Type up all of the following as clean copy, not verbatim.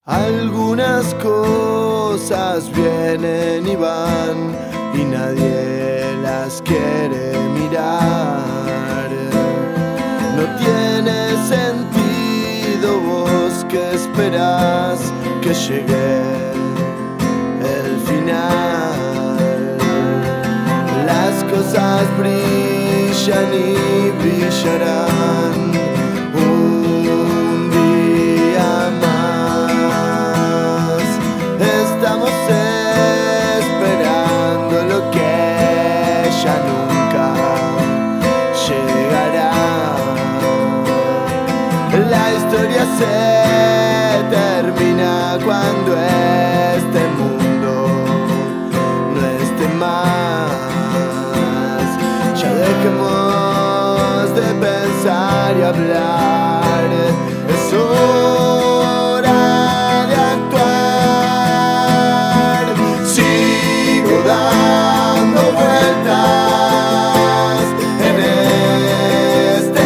Algunas cosas vienen y van y nadie las quiere mirar. No tiene sentido vos que esperas que llegue el final. Las cosas brillan y brillarán un día más. Estamos esperando lo que ya nunca llegará. La historia se termina cuando este mundo no esté más. Ya dejemos de pensar y hablar. Es hora de actuar. Sigo dando vueltas en este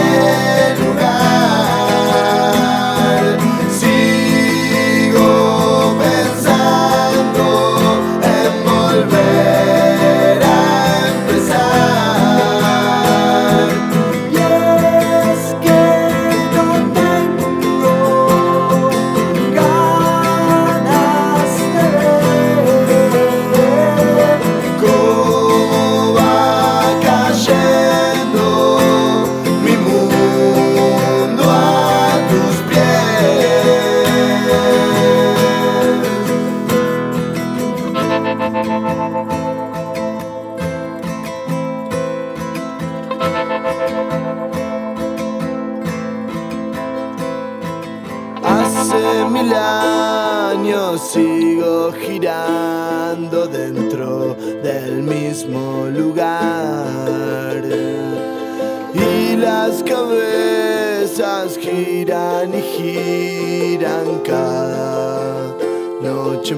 lugar. Sigo pensando en volver a empezar. Y es que no tengo ganas de ver cómo va cayendo mi mundo a tus Hace 1000 años sigo girando dentro del mismo lugar y las cabezas giran y giran cada noche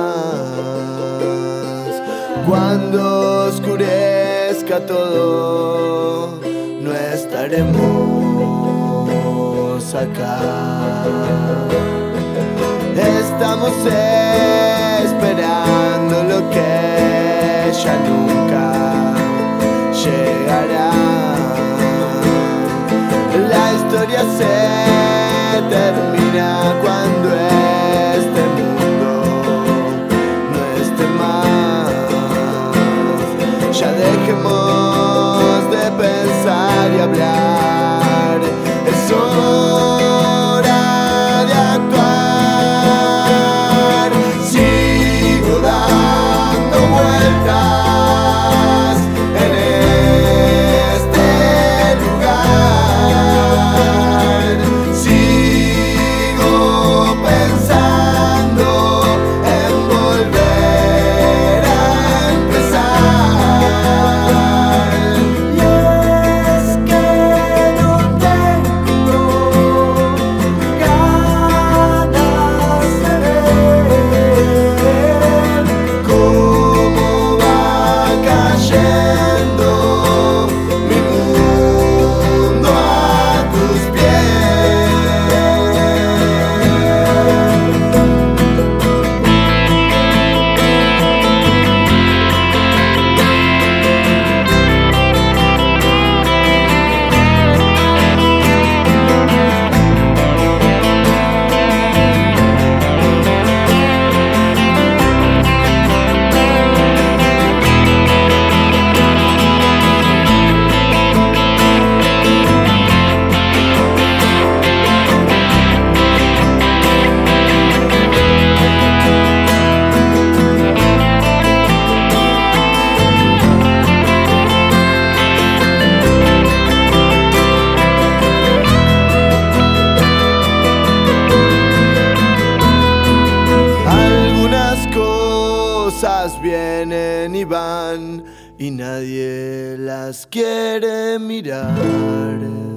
más. Cuando oscurezca todo, no estaremos acá. Estamos esperando lo que ya nunca llegará. La historia se termina cuando este mundo no esté más. Ya dejemos de pensar y hablar. Es hora de actuar. Sigo dando vueltas en este lugar. Sigo pensando en volver a empezar. Y es que no tengo ganas de ver cómo va cayendo mi mundo a tus cosas vienen y van y nadie las quiere mirar.